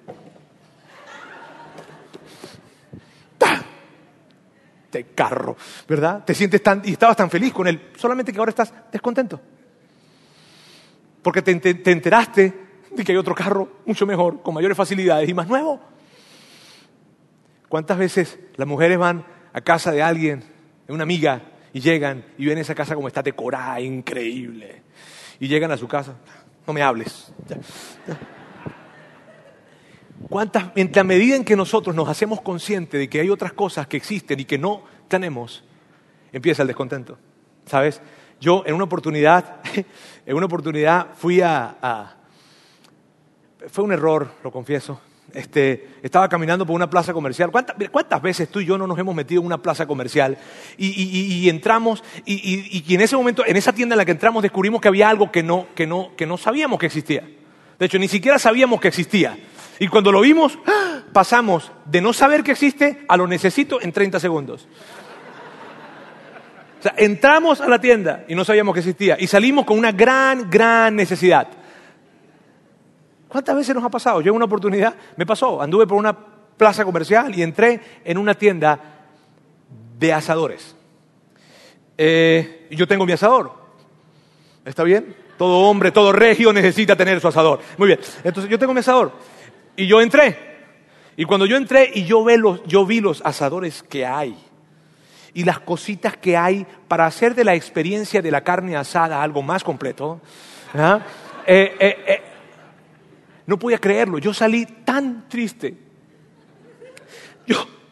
Este carro, ¿verdad? Te sientes tan, y estabas tan feliz con él, solamente que ahora estás descontento. Porque te, te, te enteraste de que hay otro carro mucho mejor, con mayores facilidades y más nuevo. ¿Cuántas veces las mujeres van a casa de alguien, de una amiga, y llegan y ven esa casa como está decorada, increíble? Y llegan a su casa, no me hables. Ya, ya. ¿Cuántas, en la medida en que nosotros nos hacemos conscientes de que hay otras cosas que existen y que no tenemos, empieza el descontento? ¿Sabes? Yo en una oportunidad, en una oportunidad fui a, a fue un error, lo confieso. Este, estaba caminando por una plaza comercial. ¿Cuántas, ¿Cuántas veces tú y yo no nos hemos metido en una plaza comercial y, y, y, y entramos y, y, y en ese momento, en esa tienda en la que entramos, descubrimos que había algo que no, que no, que no sabíamos que existía? De hecho, ni siquiera sabíamos que existía. Y cuando lo vimos, ¡ah!, pasamos de no saber que existe a lo necesito en treinta segundos. O sea, entramos a la tienda y no sabíamos que existía y salimos con una gran, gran necesidad. ¿Cuántas veces nos ha pasado? Yo en una oportunidad me pasó, anduve por una plaza comercial y entré en una tienda de asadores. Eh, yo tengo mi asador, ¿está bien? Todo hombre, todo regio necesita tener su asador. Muy bien, entonces yo tengo mi asador y yo entré. Y cuando yo entré y yo, ve los, yo vi los asadores que hay y las cositas que hay para hacer de la experiencia de la carne asada algo más completo, ¿ah? eh, eh, eh, No podía creerlo, yo salí tan triste. Yo,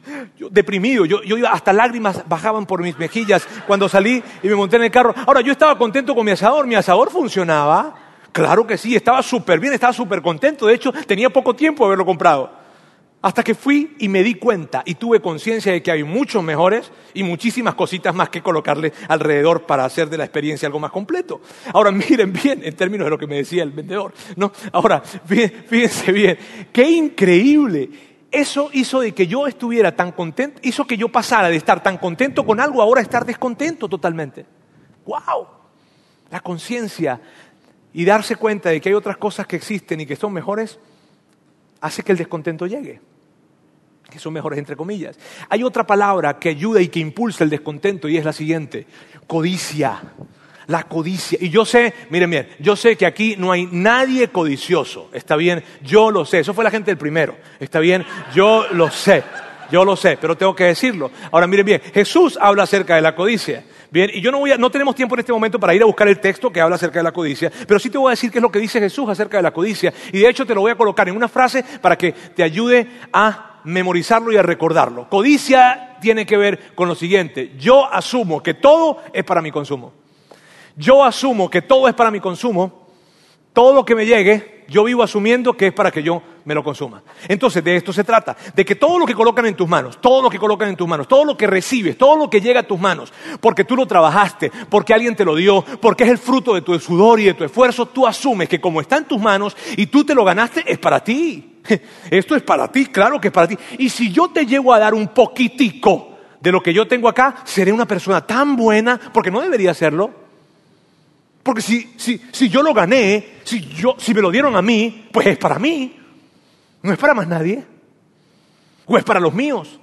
yo deprimido, yo, yo iba, hasta lágrimas bajaban por mis mejillas cuando salí y me monté en el carro. Ahora, yo estaba contento con mi asador, mi asador funcionaba, claro que sí, estaba súper bien, estaba súper contento, de hecho tenía poco tiempo de haberlo comprado. Hasta que fui y me di cuenta y tuve conciencia de que hay muchos mejores y muchísimas cositas más que colocarle alrededor para hacer de la experiencia algo más completo. Ahora miren bien, en términos de lo que me decía el vendedor, ¿no? Ahora, fíjense bien, qué increíble. Eso hizo de que yo estuviera tan contento, hizo que yo pasara de estar tan contento con algo ahora a estar descontento totalmente. ¡Wow! La conciencia y darse cuenta de que hay otras cosas que existen y que son mejores hace que el descontento llegue. Que son mejores entre comillas. Hay otra palabra que ayuda y que impulsa el descontento y es la siguiente: codicia. La codicia. Y yo sé, miren bien, yo sé que aquí no hay nadie codicioso, está bien, yo lo sé, eso fue la gente del primero, está bien, yo lo sé, yo lo sé, pero tengo que decirlo. Ahora miren bien, Jesús habla acerca de la codicia. Bien, y yo no voy a, no tenemos tiempo en este momento para ir a buscar el texto que habla acerca de la codicia, pero sí te voy a decir qué es lo que dice Jesús acerca de la codicia. Y de hecho te lo voy a colocar en una frase para que te ayude a memorizarlo y a recordarlo. Codicia tiene que ver con lo siguiente: yo asumo que todo es para mi consumo. Yo asumo que todo es para mi consumo, todo lo que me llegue, yo vivo asumiendo que es para que yo me lo consuma. Entonces, de esto se trata, de que todo lo que colocan en tus manos, todo lo que colocan en tus manos, todo lo que recibes, todo lo que llega a tus manos, porque tú lo trabajaste, porque alguien te lo dio, porque es el fruto de tu sudor y de tu esfuerzo, tú asumes que como está en tus manos y tú te lo ganaste, es para ti. Esto es para ti, claro que es para ti. Y si yo te llego a dar un poquitico de lo que yo tengo acá, seré una persona tan buena, porque no debería serlo. Porque si, si, si yo lo gané, si, yo, si me lo dieron a mí, pues es para mí. No es para más nadie. O es para los míos.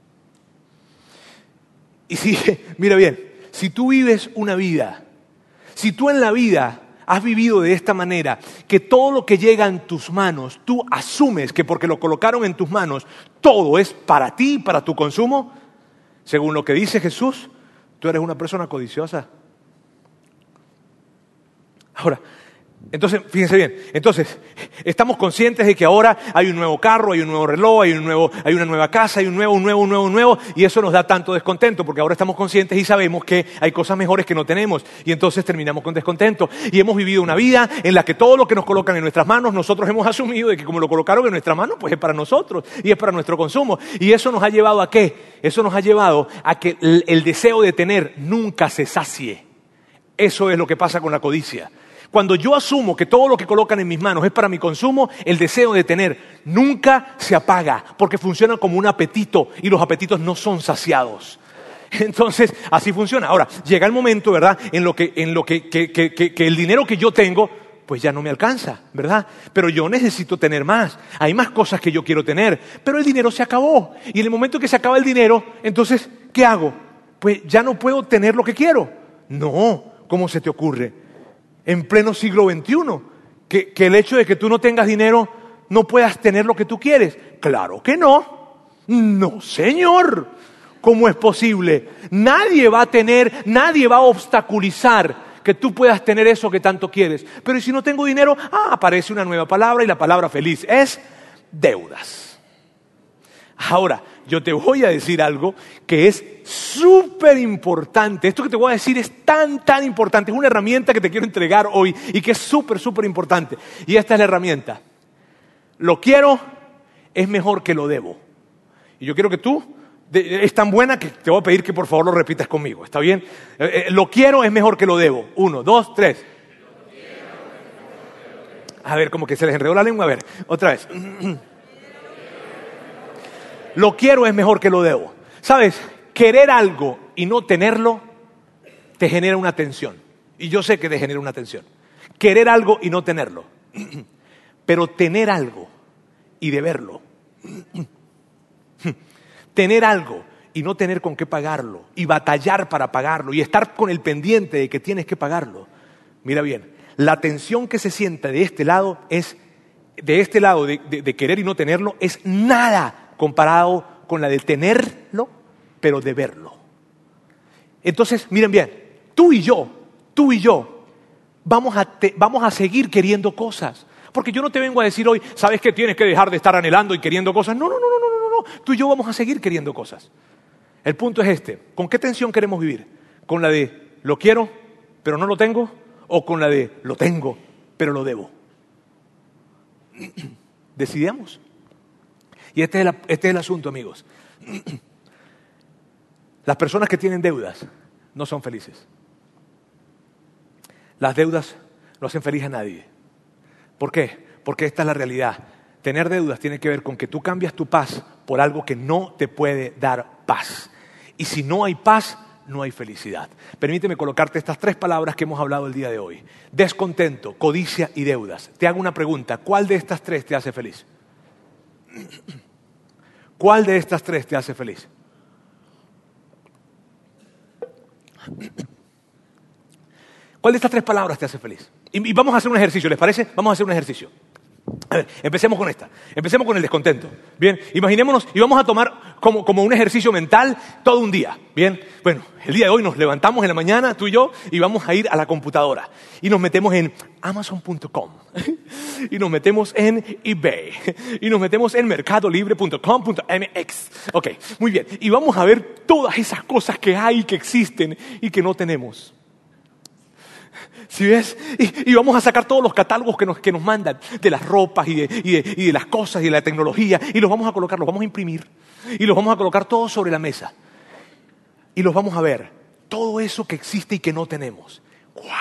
Y si, mira bien, si tú vives una vida, si tú en la vida has vivido de esta manera, que todo lo que llega en tus manos, tú asumes que porque lo colocaron en tus manos, todo es para ti, para tu consumo, según lo que dice Jesús, tú eres una persona codiciosa. Ahora, entonces, fíjense bien, entonces, estamos conscientes de que ahora hay un nuevo carro, hay un nuevo reloj, hay, un nuevo, hay una nueva casa, hay un nuevo, un nuevo, un nuevo, un nuevo, y eso nos da tanto descontento, porque ahora estamos conscientes y sabemos que hay cosas mejores que no tenemos, y entonces terminamos con descontento. Y hemos vivido una vida en la que todo lo que nos colocan en nuestras manos, nosotros hemos asumido de que como lo colocaron en nuestras manos, pues es para nosotros, y es para nuestro consumo. Y eso nos ha llevado a ¿qué? Eso nos ha llevado a que el, el deseo de tener nunca se sacie. Eso es lo que pasa con la codicia. Cuando yo asumo que todo lo que colocan en mis manos es para mi consumo, el deseo de tener nunca se apaga, porque funciona como un apetito y los apetitos no son saciados. Entonces, así funciona. Ahora, llega el momento, ¿verdad?, en lo que, en lo que, que, que, que, que el dinero que yo tengo, pues ya no me alcanza, ¿verdad? Pero yo necesito tener más. Hay más cosas que yo quiero tener, pero el dinero se acabó. Y en el momento que se acaba el dinero, entonces, ¿qué hago? Pues ya no puedo tener lo que quiero. No, ¿cómo se te ocurre? En pleno siglo veintiuno, que, que el hecho de que tú no tengas dinero no puedas tener lo que tú quieres. Claro que no. No, señor. ¿Cómo es posible? Nadie va a tener, nadie va a obstaculizar que tú puedas tener eso que tanto quieres. Pero ¿y si no tengo dinero? Ah, aparece una nueva palabra y la palabra feliz es deudas. Ahora, yo te voy a decir algo que es súper importante. Esto que te voy a decir es tan, tan importante. Es una herramienta que te quiero entregar hoy y que es súper, súper importante. Y esta es la herramienta. Lo quiero es mejor que lo debo. Y yo quiero que tú, de, es tan buena que te voy a pedir que por favor lo repitas conmigo. ¿Está bien? Eh, eh, lo quiero es mejor que lo debo. Uno, dos, tres. A ver, como que se les enredó la lengua. A ver, otra vez. Lo quiero es mejor que lo debo. ¿Sabes? Querer algo y no tenerlo te genera una tensión. Y yo sé que te genera una tensión. Querer algo y no tenerlo. Pero tener algo y deberlo. Tener algo y no tener con qué pagarlo. Y batallar para pagarlo. Y estar con el pendiente de que tienes que pagarlo. Mira bien, la tensión que se siente de este lado es, de este lado de, de, de querer y no tenerlo, es nada comparado con la de tenerlo, pero de verlo. Entonces, miren bien, tú y yo, tú y yo, vamos a, te, vamos a seguir queriendo cosas. Porque yo no te vengo a decir hoy, ¿sabes qué? Tienes que dejar de estar anhelando y queriendo cosas. No, no, no, no, no, no. no. Tú y yo vamos a seguir queriendo cosas. El punto es este. ¿Con qué tensión queremos vivir? ¿Con la de lo quiero, pero no lo tengo? ¿O con la de lo tengo, pero lo debo? Decidamos. Y este es, el, este es el asunto, amigos. Las personas que tienen deudas no son felices. Las deudas no hacen feliz a nadie. ¿Por qué? Porque esta es la realidad. Tener deudas tiene que ver con que tú cambias tu paz por algo que no te puede dar paz. Y si no hay paz, no hay felicidad. Permíteme colocarte estas tres palabras que hemos hablado el día de hoy. Descontento, codicia y deudas. Te hago una pregunta. ¿Cuál de estas tres te hace feliz? ¿Cuál de estas tres te hace feliz? ¿Cuál de estas tres palabras te hace feliz? Y, y vamos a hacer un ejercicio, ¿les parece? Vamos a hacer un ejercicio. A ver, empecemos con esta. Empecemos con el descontento. Bien, imaginémonos y vamos a tomar como, como un ejercicio mental todo un día. Bien, bueno, el día de hoy nos levantamos en la mañana, tú y yo, y vamos a ir a la computadora. Y nos metemos en amazon punto com. Y nos metemos en eBay. Y nos metemos en mercado libre punto com punto m x. Ok, muy bien. Y vamos a ver todas esas cosas que hay, que existen y que no tenemos. ¿Sí ves? Y, y vamos a sacar todos los catálogos que nos, que nos mandan de las ropas y de, y, de, y de las cosas y de la tecnología y los vamos a colocar, los vamos a imprimir y los vamos a colocar todos sobre la mesa y los vamos a ver. Todo eso que existe y que no tenemos. ¡Wow!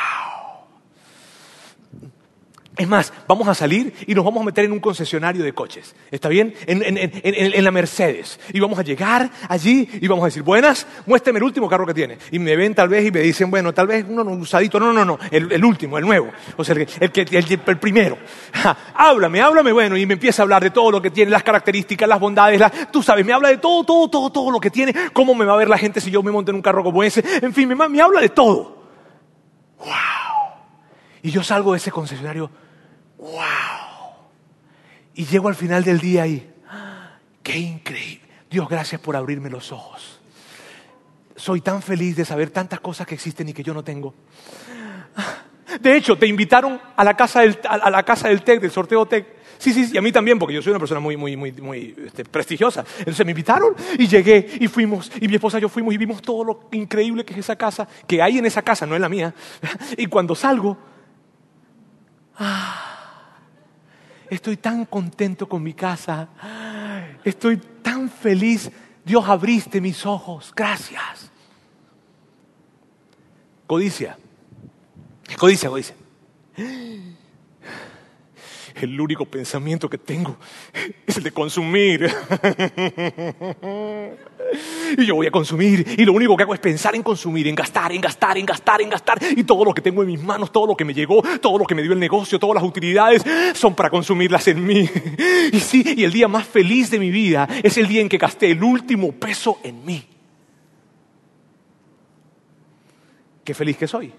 Es más, vamos a salir y nos vamos a meter en un concesionario de coches. ¿Está bien? En, en, en, en, en la Mercedes. Y vamos a llegar allí y vamos a decir, buenas, muéstrame el último carro que tiene. Y me ven tal vez y me dicen, bueno, tal vez uno usadito. No, no, no, el, el último, el nuevo. O sea, el, el, el, el, el primero. Ja, háblame, háblame, bueno. Y me empieza a hablar de todo lo que tiene, las características, las bondades. La, tú sabes, me habla de todo, todo, todo, todo lo que tiene. Cómo me va a ver la gente si yo me monto en un carro como ese. En fin, me, me habla de todo. ¡Wow! Y yo salgo de ese concesionario. ¡Wow! Y llego al final del día y ¡qué increíble! Dios, gracias por abrirme los ojos. Soy tan feliz de saber tantas cosas que existen y que yo no tengo. De hecho, te invitaron a la casa del, a la casa del TEC, del sorteo TEC. Sí, sí, y a mí también, porque yo soy una persona muy, muy, muy, muy este, prestigiosa. Entonces me invitaron y llegué y fuimos, y mi esposa y yo fuimos y vimos todo lo increíble que es esa casa, que hay en esa casa, no en la mía. Y cuando salgo, ¡ah! Estoy tan contento con mi casa. Estoy tan feliz. Dios, abriste mis ojos. Gracias. Codicia. Codicia, codicia. El único pensamiento que tengo es el de consumir. Y yo voy a consumir. Y lo único que hago es pensar en consumir, en gastar, en gastar, en gastar, en gastar. Y todo lo que tengo en mis manos, todo lo que me llegó, todo lo que me dio el negocio, todas las utilidades, son para consumirlas en mí. Y sí, y el día más feliz de mi vida es el día en que gasté el último peso en mí. Qué feliz que soy.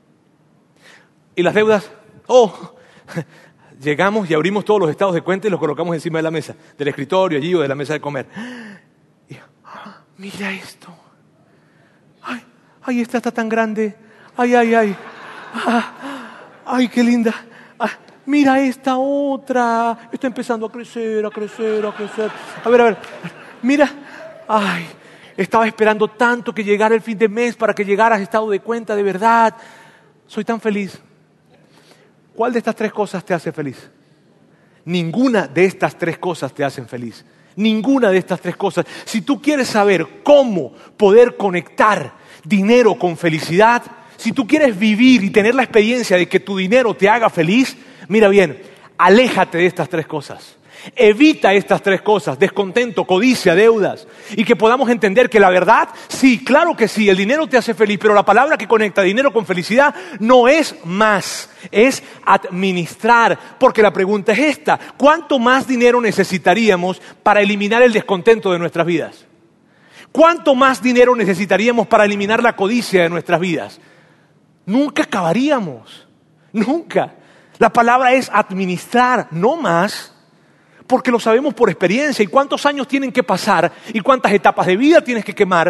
Y las deudas, oh... Llegamos y abrimos todos los estados de cuenta y los colocamos encima de la mesa, del escritorio allí o de la mesa de comer. Y, ah, mira esto. Ay, ay, esta está tan grande. Ay, ay, ay. Ah, ay, qué linda. Ah, mira esta otra. Está empezando a crecer, a crecer, a crecer. A ver, a ver. Mira. Ay, estaba esperando tanto que llegara el fin de mes para que llegaras estado de cuenta, de verdad. Soy tan feliz. ¿Cuál de estas tres cosas te hace feliz? Ninguna de estas tres cosas te hacen feliz. Ninguna de estas tres cosas. Si tú quieres saber cómo poder conectar dinero con felicidad, si tú quieres vivir y tener la experiencia de que tu dinero te haga feliz, mira bien, aléjate de estas tres cosas. Evita estas tres cosas, descontento, codicia, deudas, y que podamos entender que la verdad, sí, claro que sí, el dinero te hace feliz, pero la palabra que conecta dinero con felicidad no es más, es administrar, porque la pregunta es esta: ¿cuánto más dinero necesitaríamos para eliminar el descontento de nuestras vidas? ¿Cuánto más dinero necesitaríamos para eliminar la codicia de nuestras vidas? Nunca acabaríamos, nunca. La palabra es administrar, no más. Porque lo sabemos por experiencia. ¿Y cuántos años tienen que pasar? ¿Y cuántas etapas de vida tienes que quemar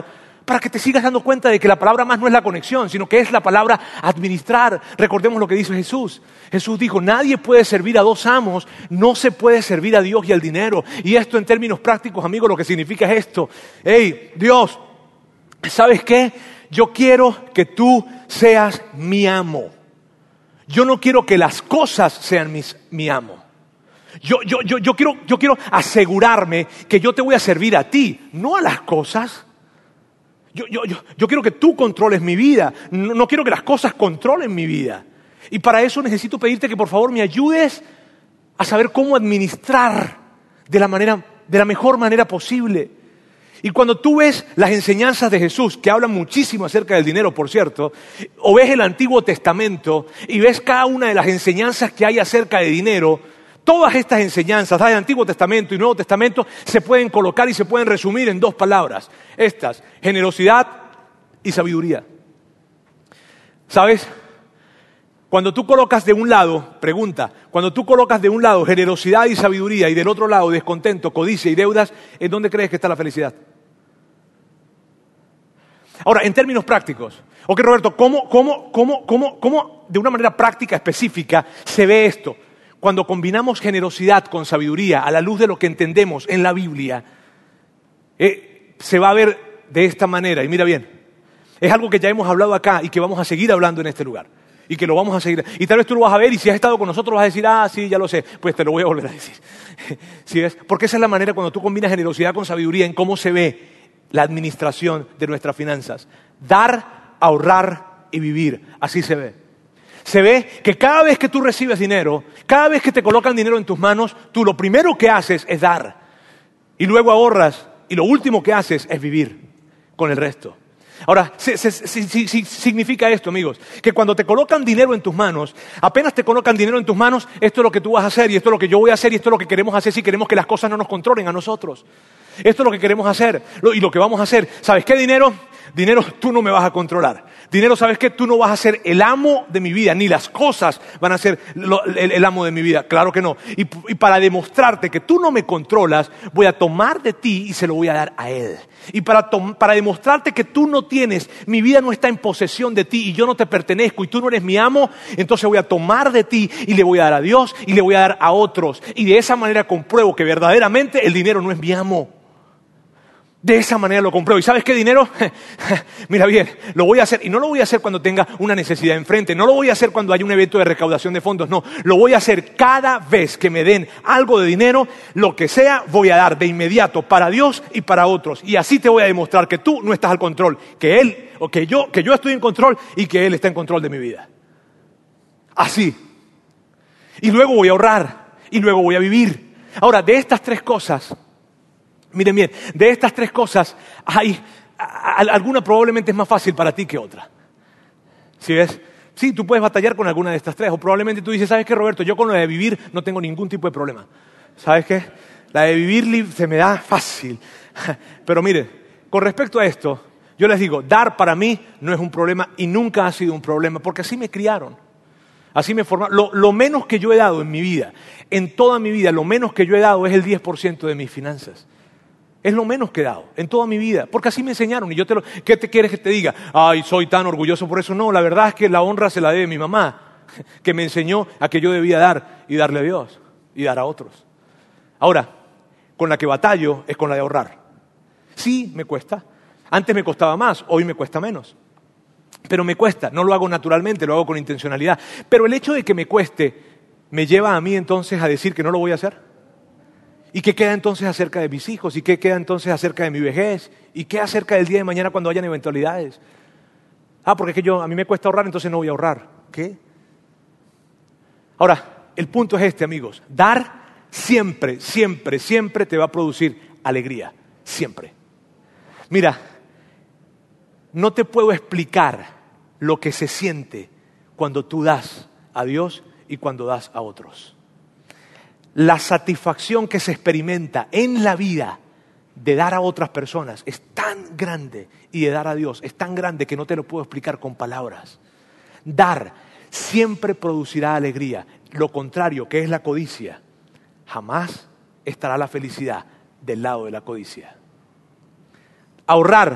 para que te sigas dando cuenta de que la palabra más no es la conexión, sino que es la palabra administrar. Recordemos lo que dice Jesús. Jesús dijo, nadie puede servir a dos amos, no se puede servir a Dios y al dinero. Y esto en términos prácticos, amigos, lo que significa es esto. Hey, Dios, ¿sabes qué? Yo quiero que tú seas mi amo. Yo no quiero que las cosas sean mis, mi amo. Yo, yo, yo, yo, quiero, yo quiero asegurarme que yo te voy a servir a ti, no a las cosas. Yo, yo, yo, yo quiero que tú controles mi vida, no, no quiero que las cosas controlen mi vida. Y para eso necesito pedirte que por favor me ayudes a saber cómo administrar de la manera, de la mejor manera posible. Y cuando tú ves las enseñanzas de Jesús, que hablan muchísimo acerca del dinero, por cierto, o ves el Antiguo Testamento y ves cada una de las enseñanzas que hay acerca de dinero, todas estas enseñanzas del Antiguo Testamento y Nuevo Testamento se pueden colocar y se pueden resumir en dos palabras. Estas, generosidad y sabiduría. ¿Sabes? Cuando tú colocas de un lado, pregunta, cuando tú colocas de un lado generosidad y sabiduría y del otro lado descontento, codicia y deudas, ¿en dónde crees que está la felicidad? Ahora, en términos prácticos, ok Roberto, ¿cómo, cómo, cómo, cómo, cómo de una manera práctica específica se ve esto? Cuando combinamos generosidad con sabiduría a la luz de lo que entendemos en la Biblia, eh, se va a ver de esta manera. Y mira bien, es algo que ya hemos hablado acá y que vamos a seguir hablando en este lugar. Y que lo vamos a seguir. Y tal vez tú lo vas a ver y si has estado con nosotros vas a decir, ah, sí, ya lo sé. Pues te lo voy a volver a decir. ¿Sí ves? Porque esa es la manera cuando tú combinas generosidad con sabiduría en cómo se ve la administración de nuestras finanzas. Dar, ahorrar y vivir. Así se ve. Se ve que cada vez que tú recibes dinero, cada vez que te colocan dinero en tus manos, tú lo primero que haces es dar. Y luego ahorras. Y lo último que haces es vivir con el resto. Ahora, se, se, se, se, se, significa esto, amigos, que cuando te colocan dinero en tus manos, apenas te colocan dinero en tus manos, esto es lo que tú vas a hacer y esto es lo que yo voy a hacer y esto es lo que queremos hacer si queremos que las cosas no nos controlen a nosotros. Esto es lo que queremos hacer y lo que vamos a hacer. ¿Sabes qué, dinero? Dinero, tú no me vas a controlar. Dinero, ¿sabes qué? Tú no vas a ser el amo de mi vida, ni las cosas van a ser lo, el, el amo de mi vida. Claro que no. Y, y para demostrarte que tú no me controlas, voy a tomar de ti y se lo voy a dar a Él. Y para, para demostrarte que tú no tienes, mi vida no está en posesión de ti y yo no te pertenezco y tú no eres mi amo, entonces voy a tomar de ti y le voy a dar a Dios y le voy a dar a otros. Y de esa manera compruebo que verdaderamente el dinero no es mi amo. De esa manera lo compruebo. ¿Y sabes qué, dinero? Mira bien, lo voy a hacer. Y no lo voy a hacer cuando tenga una necesidad enfrente. No lo voy a hacer cuando haya un evento de recaudación de fondos. No, lo voy a hacer cada vez que me den algo de dinero. Lo que sea, voy a dar de inmediato para Dios y para otros. Y así te voy a demostrar que tú no estás al control. Que Él, o que yo, que yo estoy en control y que Él está en control de mi vida. Así. Y luego voy a ahorrar. Y luego voy a vivir. Ahora, de estas tres cosas... Miren bien, de estas tres cosas, hay, a, a, alguna probablemente es más fácil para ti que otra. ¿Sí ves? Sí, tú puedes batallar con alguna de estas tres. O probablemente tú dices, ¿sabes qué, Roberto? Yo con lo de vivir no tengo ningún tipo de problema. ¿Sabes qué? La de vivir se me da fácil. Pero mire, con respecto a esto, yo les digo, dar para mí no es un problema y nunca ha sido un problema, porque así me criaron. Así me formaron. Lo, lo menos que yo he dado en mi vida, en toda mi vida, lo menos que yo he dado es el diez por ciento de mis finanzas. Es lo menos que he dado en toda mi vida, porque así me enseñaron. Y yo te lo, ¿qué te quieres que te diga? Ay, soy tan orgulloso por eso. No, la verdad es que la honra se la debe mi mamá, que me enseñó a que yo debía dar y darle a Dios y dar a otros. Ahora, con la que batallo es con la de ahorrar. Sí, me cuesta. Antes me costaba más, hoy me cuesta menos. Pero me cuesta, no lo hago naturalmente, lo hago con intencionalidad. Pero el hecho de que me cueste me lleva a mí entonces a decir que no lo voy a hacer. ¿Y qué queda entonces acerca de mis hijos? ¿Y qué queda entonces acerca de mi vejez? ¿Y qué acerca del día de mañana cuando hayan eventualidades? Ah, porque es que yo, a mí me cuesta ahorrar, entonces no voy a ahorrar. ¿Qué? Ahora, el punto es este, amigos. Dar siempre, siempre, siempre te va a producir alegría. Siempre. Mira, no te puedo explicar lo que se siente cuando tú das a Dios y cuando das a otros. La satisfacción que se experimenta en la vida de dar a otras personas es tan grande y de dar a Dios es tan grande que no te lo puedo explicar con palabras. Dar siempre producirá alegría. Lo contrario, que es la codicia, jamás estará la felicidad del lado de la codicia. Ahorrar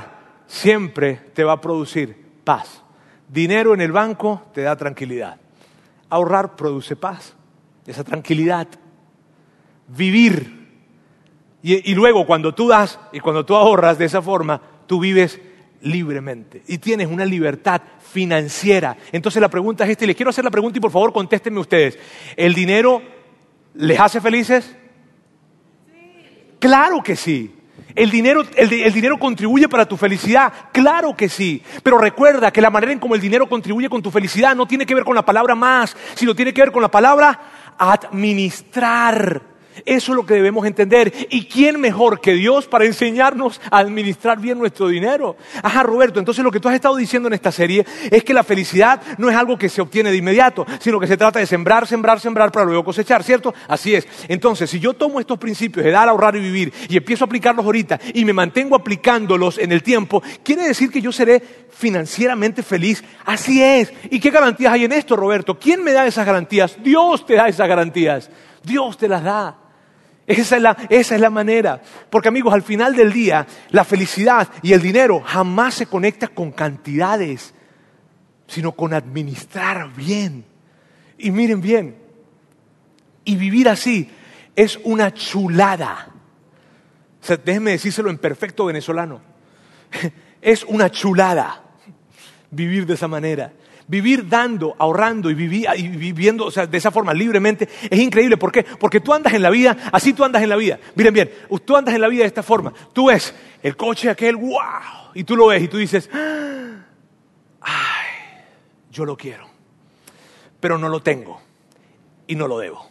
siempre te va a producir paz. Dinero en el banco te da tranquilidad. Ahorrar produce paz, esa tranquilidad. Vivir. Y, y luego cuando tú das y cuando tú ahorras de esa forma, tú vives libremente y tienes una libertad financiera. Entonces la pregunta es esta, y les quiero hacer la pregunta y por favor contéstenme ustedes. ¿El dinero les hace felices? Sí. Claro que sí. ¿El dinero, el, el dinero contribuye para tu felicidad? Claro que sí. Pero recuerda que la manera en cómo el dinero contribuye con tu felicidad no tiene que ver con la palabra más, sino tiene que ver con la palabra administrar. Eso es lo que debemos entender. ¿Y quién mejor que Dios para enseñarnos a administrar bien nuestro dinero? Ajá, Roberto, entonces lo que tú has estado diciendo en esta serie es que la felicidad no es algo que se obtiene de inmediato, sino que se trata de sembrar, sembrar, sembrar para luego cosechar, ¿cierto? Así es. Entonces, si yo tomo estos principios de dar, ahorrar y vivir y empiezo a aplicarlos ahorita y me mantengo aplicándolos en el tiempo, quiere decir que yo seré financieramente feliz. Así es. ¿Y qué garantías hay en esto, Roberto? ¿Quién me da esas garantías? Dios te da esas garantías. Dios te las da. Esa es la, esa es la manera. Porque amigos, al final del día, la felicidad y el dinero jamás se conectan con cantidades, sino con administrar bien. Y miren bien, y vivir así es una chulada. O sea, déjenme decírselo en perfecto venezolano. Es una chulada vivir de esa manera. Vivir dando, ahorrando y, vivi- y viviendo, o sea, de esa forma libremente es increíble. ¿Por qué? Porque tú andas en la vida, así tú andas en la vida. Miren bien, tú andas en la vida de esta forma. Tú ves el coche aquel, wow, y tú lo ves y tú dices, ay, yo lo quiero, pero no lo tengo y no lo debo.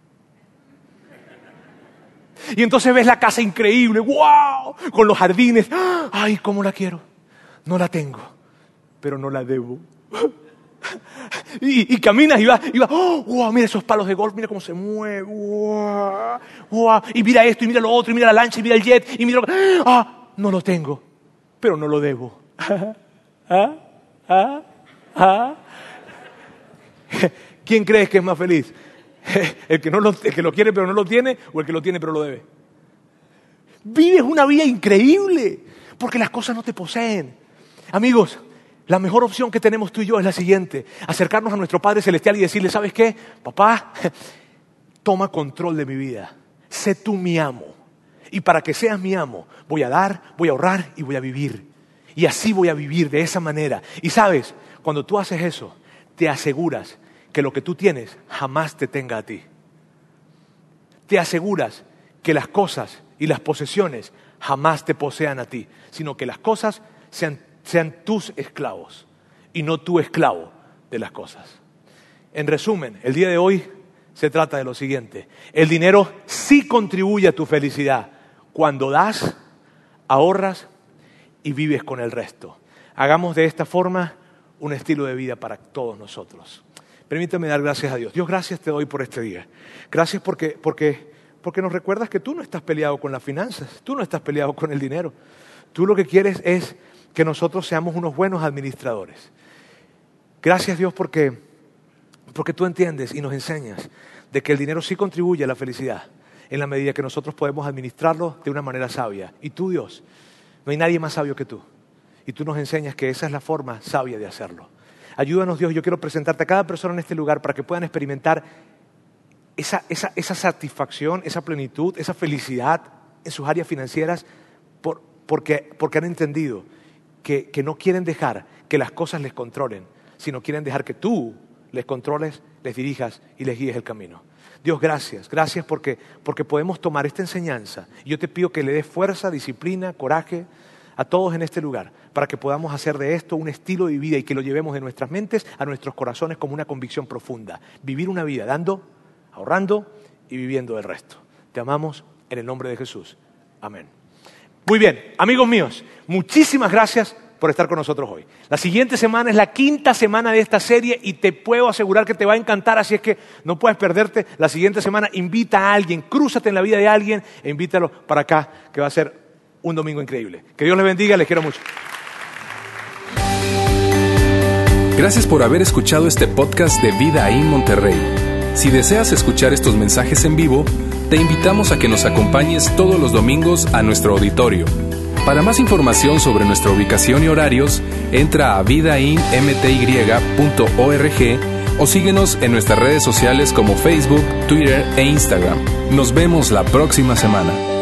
Y entonces ves la casa increíble, wow, con los jardines, ay, cómo la quiero, no la tengo, pero no la debo. Y, y caminas y vas, y vas, oh, wow, mira esos palos de golf, mira cómo se mueve, wow, wow, y mira esto, y mira lo otro, y mira la lancha, y mira el jet, y mira lo que, ah, no lo tengo, pero no lo debo. ¿Ah? ¿Ah? ¿Ah? ¿Quién crees que es más feliz? ¿El que, no lo, el que lo quiere pero no lo tiene, o el que lo tiene pero lo debe? Vives una vida increíble, porque las cosas no te poseen. Amigos, la mejor opción que tenemos tú y yo es la siguiente: acercarnos a nuestro Padre Celestial y decirle, ¿sabes qué? Papá, toma control de mi vida, sé tú mi amo, y para que seas mi amo voy a dar, voy a ahorrar y voy a vivir, y así voy a vivir de esa manera. Y sabes, cuando tú haces eso, te aseguras que lo que tú tienes jamás te tenga a ti. Te aseguras que las cosas y las posesiones jamás te posean a ti, sino que las cosas sean sean tus esclavos y no tú esclavo de las cosas. En resumen, el día de hoy se trata de lo siguiente: el dinero sí contribuye a tu felicidad cuando das, ahorras y vives con el resto. Hagamos de esta forma un estilo de vida para todos nosotros. Permítame dar gracias a Dios. Dios, gracias te doy por este día. Gracias porque, porque, porque nos recuerdas que tú no estás peleado con las finanzas, tú no estás peleado con el dinero. Tú lo que quieres es que nosotros seamos unos buenos administradores. Gracias, Dios, porque, porque tú entiendes y nos enseñas de que el dinero sí contribuye a la felicidad en la medida que nosotros podemos administrarlo de una manera sabia. Y tú, Dios, no hay nadie más sabio que tú. Y tú nos enseñas que esa es la forma sabia de hacerlo. Ayúdanos, Dios. Yo quiero presentarte a cada persona en este lugar para que puedan experimentar esa, esa, esa satisfacción, esa plenitud, esa felicidad en sus áreas financieras por, porque, porque han entendido Que, que no quieren dejar que las cosas les controlen, sino quieren dejar que tú les controles, les dirijas y les guíes el camino. Dios, gracias, gracias porque, porque podemos tomar esta enseñanza. Y yo te pido que le des fuerza, disciplina, coraje a todos en este lugar, para que podamos hacer de esto un estilo de vida y que lo llevemos de nuestras mentes a nuestros corazones como una convicción profunda. Vivir una vida dando, ahorrando y viviendo el resto. Te amamos en el nombre de Jesús. Amén. Muy bien, amigos míos, muchísimas gracias por estar con nosotros hoy. La siguiente semana es la quinta semana de esta serie y te puedo asegurar que te va a encantar, así es que no puedes perderte. La siguiente semana invita a alguien, crúzate en la vida de alguien e invítalo para acá, que va a ser un domingo increíble. Que Dios les bendiga, les quiero mucho. Gracias por haber escuchado este podcast de Vida en Monterrey. Si deseas escuchar estos mensajes en vivo, te invitamos a que nos acompañes todos los domingos a nuestro auditorio. Para más información sobre nuestra ubicación y horarios, entra a vida in m t y punto org o síguenos en nuestras redes sociales como Facebook, Twitter e Instagram. Nos vemos la próxima semana.